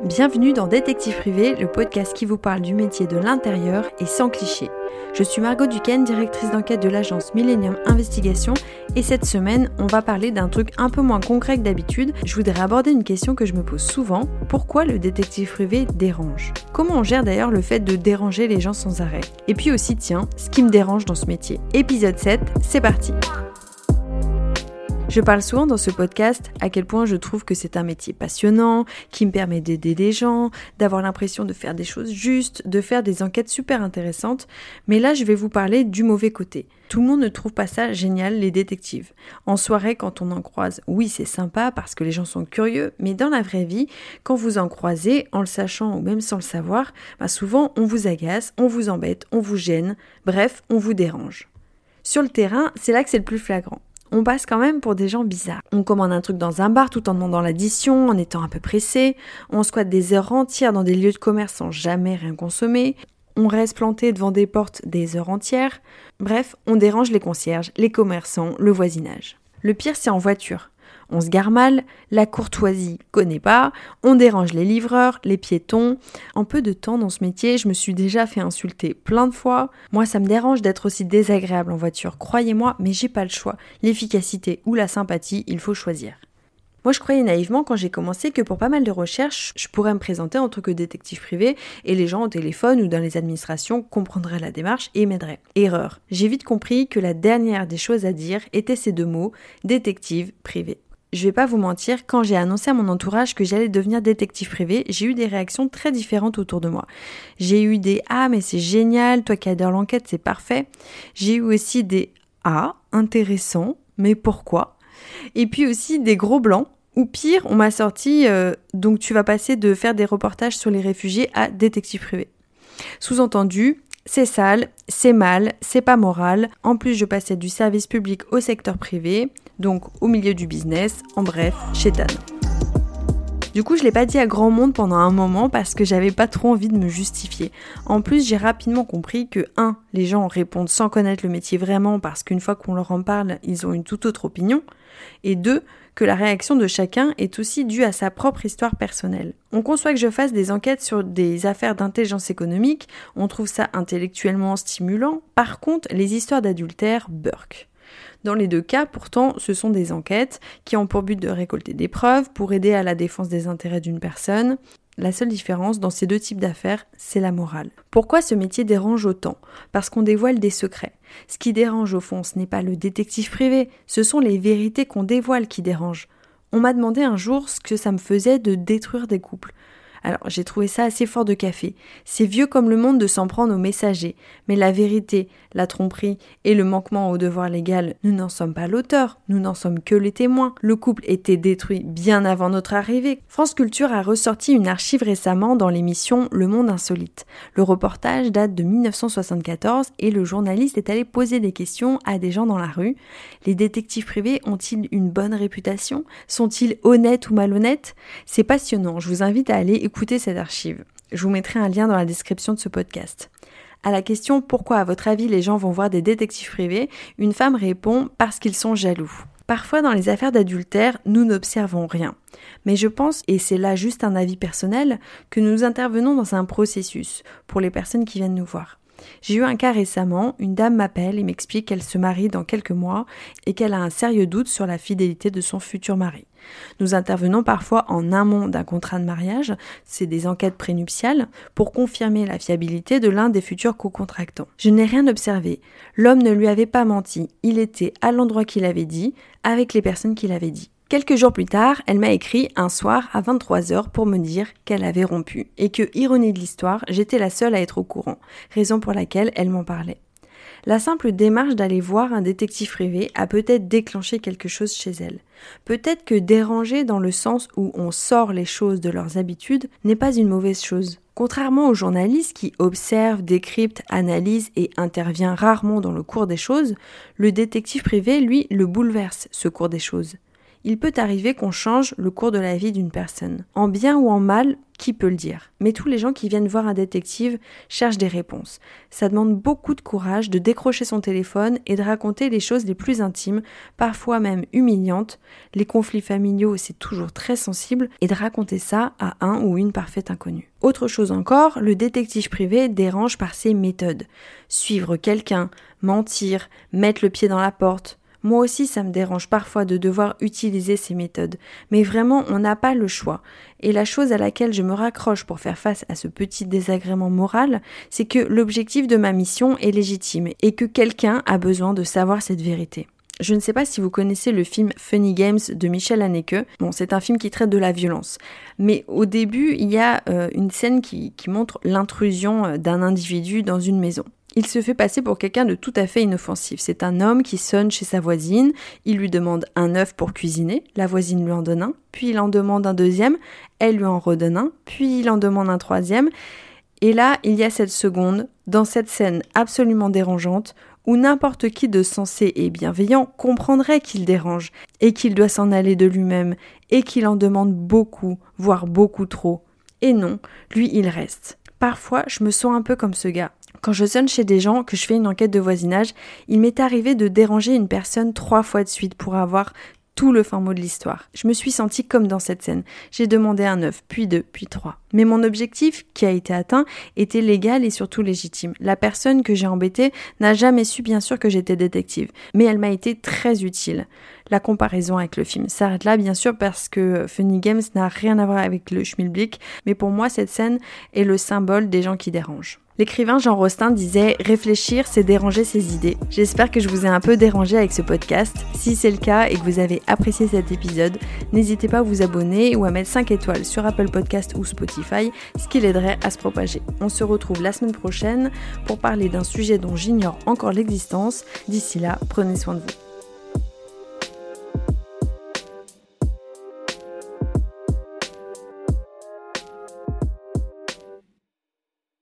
Bienvenue dans Détective Privé, le podcast qui vous parle du métier de l'intérieur et sans clichés. Je suis Margot Duquesne, directrice d'enquête de l'agence Millennium Investigation, et cette semaine, on va parler d'un truc un peu moins concret que d'habitude. Je voudrais aborder une question que je me pose souvent, pourquoi le détective privé dérange ? Comment on gère d'ailleurs le fait de déranger les gens sans arrêt ? Et puis aussi, tiens, ce qui me dérange dans ce métier. Épisode 7, c'est parti ! Je parle souvent dans ce podcast à quel point je trouve que c'est un métier passionnant, qui me permet d'aider des gens, d'avoir l'impression de faire des choses justes, de faire des enquêtes super intéressantes. Mais là, je vais vous parler du mauvais côté. Tout le monde ne trouve pas ça génial, les détectives. En soirée, quand on en croise, oui, c'est sympa parce que les gens sont curieux, mais dans la vraie vie, quand vous en croisez, en le sachant ou même sans le savoir, souvent on vous agace, on vous embête, on vous gêne, bref, on vous dérange. Sur le terrain, c'est là que c'est le plus flagrant. On passe quand même pour des gens bizarres. On commande un truc dans un bar tout en demandant l'addition, en étant un peu pressé. On squatte des heures entières dans des lieux de commerce sans jamais rien consommer. On reste planté devant des portes des heures entières. Bref, on dérange les concierges, les commerçants, le voisinage. Le pire, c'est en voiture. On se gare mal, la courtoisie connaît pas, on dérange les livreurs, les piétons. En peu de temps dans ce métier, je me suis déjà fait insulter plein de fois. Moi, ça me dérange d'être aussi désagréable en voiture, croyez-moi, mais j'ai pas le choix. L'efficacité ou la sympathie, il faut choisir. Moi, je croyais naïvement quand j'ai commencé que pour pas mal de recherches, je pourrais me présenter en tant que détective privé et les gens au téléphone ou dans les administrations comprendraient la démarche et m'aideraient. Erreur. J'ai vite compris que la dernière des choses à dire était ces deux mots, détective privé. Je vais pas vous mentir, quand j'ai annoncé à mon entourage que j'allais devenir détective privé, j'ai eu des réactions très différentes autour de moi. J'ai eu des « Ah, mais c'est génial, toi qui adores l'enquête, c'est parfait ». J'ai eu aussi des « Ah, intéressant, mais pourquoi ?» Et puis aussi des gros blancs, ou pire, on m'a sorti « Donc tu vas passer de faire des reportages sur les réfugiés à détective privé ». Sous-entendu, c'est sale, c'est mal, c'est pas moral. En plus, je passais du service public au secteur privé, donc au milieu du business, en bref, chétane. Du coup, je l'ai pas dit à grand monde pendant un moment parce que j'avais pas trop envie de me justifier. En plus, j'ai rapidement compris que 1. Les gens répondent sans connaître le métier vraiment parce qu'une fois qu'on leur en parle, ils ont une toute autre opinion. Et 2. Que la réaction de chacun est aussi due à sa propre histoire personnelle. On conçoit que je fasse des enquêtes sur des affaires d'intelligence économique, on trouve ça intellectuellement stimulant. Par contre, les histoires d'adultère, burk. Dans les deux cas, pourtant, ce sont des enquêtes qui ont pour but de récolter des preuves pour aider à la défense des intérêts d'une personne. La seule différence dans ces deux types d'affaires, c'est la morale. Pourquoi ce métier dérange autant ? Parce qu'on dévoile des secrets. Ce qui dérange au fond, ce n'est pas le détective privé, ce sont les vérités qu'on dévoile qui dérangent. On m'a demandé un jour ce que ça me faisait de détruire des couples. Alors, j'ai trouvé ça assez fort de café. C'est vieux comme le monde de s'en prendre aux messagers. Mais la vérité, la tromperie et le manquement au devoir légal, nous n'en sommes pas l'auteur, nous n'en sommes que les témoins. Le couple était détruit bien avant notre arrivée. France Culture a ressorti une archive récemment dans l'émission Le Monde Insolite. Le reportage date de 1974 et le journaliste est allé poser des questions à des gens dans la rue. Les détectives privés ont-ils une bonne réputation ? Sont-ils honnêtes ou malhonnêtes ? C'est passionnant, je vous invite à aller écoutez cette archive. Je vous mettrai un lien dans la description de ce podcast. À la question « Pourquoi à votre avis les gens vont voir des détectives privés ?», une femme répond « Parce qu'ils sont jaloux ». Parfois dans les affaires d'adultère, nous n'observons rien. Mais je pense, et c'est là juste un avis personnel, que nous intervenons dans un processus pour les personnes qui viennent nous voir. J'ai eu un cas récemment, une dame m'appelle et m'explique qu'elle se marie dans quelques mois et qu'elle a un sérieux doute sur la fidélité de son futur mari. Nous intervenons parfois en amont d'un contrat de mariage, c'est des enquêtes prénuptiales, pour confirmer la fiabilité de l'un des futurs co-contractants. Je n'ai rien observé, l'homme ne lui avait pas menti, il était à l'endroit qu'il avait dit, avec les personnes qu'il avait dit. Quelques jours plus tard, elle m'a écrit un soir à 23h pour me dire qu'elle avait rompu et que, ironie de l'histoire, j'étais la seule à être au courant, raison pour laquelle elle m'en parlait. La simple démarche d'aller voir un détective privé a peut-être déclenché quelque chose chez elle. Peut-être que déranger dans le sens où on sort les choses de leurs habitudes n'est pas une mauvaise chose. Contrairement aux journalistes qui observent, décryptent, analysent et intervient rarement dans le cours des choses, le détective privé, lui, le bouleverse, ce cours des choses. Il peut arriver qu'on change le cours de la vie d'une personne. En bien ou en mal, qui peut le dire ? Mais tous les gens qui viennent voir un détective cherchent des réponses. Ça demande beaucoup de courage de décrocher son téléphone et de raconter les choses les plus intimes, parfois même humiliantes. Les conflits familiaux, c'est toujours très sensible, et de raconter ça à un ou une parfaite inconnue. Autre chose encore, le détective privé dérange par ses méthodes. Suivre quelqu'un, mentir, mettre le pied dans la porte. Moi aussi, ça me dérange parfois de devoir utiliser ces méthodes. Mais vraiment, on n'a pas le choix. Et la chose à laquelle je me raccroche pour faire face à ce petit désagrément moral, c'est que l'objectif de ma mission est légitime et que quelqu'un a besoin de savoir cette vérité. Je ne sais pas si vous connaissez le film Funny Games de Michel Haneke. Bon, c'est un film qui traite de la violence. Mais au début, il y a une scène qui montre l'intrusion d'un individu dans une maison. Il se fait passer pour quelqu'un de tout à fait inoffensif. C'est un homme qui sonne chez sa voisine, il lui demande un œuf pour cuisiner, la voisine lui en donne un, puis il en demande un deuxième, elle lui en redonne un, puis il en demande un troisième. Et là, il y a cette seconde, dans cette scène absolument dérangeante, où n'importe qui de sensé et bienveillant comprendrait qu'il dérange, et qu'il doit s'en aller de lui-même, et qu'il en demande beaucoup, voire beaucoup trop. Et non, lui il reste. Parfois, je me sens un peu comme ce gars. Quand je sonne chez des gens, que je fais une enquête de voisinage, il m'est arrivé de déranger une personne 3 fois de suite pour avoir tout le fin mot de l'histoire. Je me suis sentie comme dans cette scène. J'ai demandé un œuf, puis 2, puis 3. Mais mon objectif, qui a été atteint, était légal et surtout légitime. La personne que j'ai embêtée n'a jamais su bien sûr que j'étais détective, mais elle m'a été très utile. La comparaison avec le film s'arrête là bien sûr parce que Funny Games n'a rien à voir avec le schmilblick, mais pour moi cette scène est le symbole des gens qui dérangent. L'écrivain Jean Rostand disait « Réfléchir, c'est déranger ses idées ». J'espère que je vous ai un peu dérangé avec ce podcast. Si c'est le cas et que vous avez apprécié cet épisode, n'hésitez pas à vous abonner ou à mettre 5 étoiles sur Apple Podcast ou Spotify, ce qui l'aiderait à se propager. On se retrouve la semaine prochaine pour parler d'un sujet dont j'ignore encore l'existence. D'ici là, prenez soin de vous.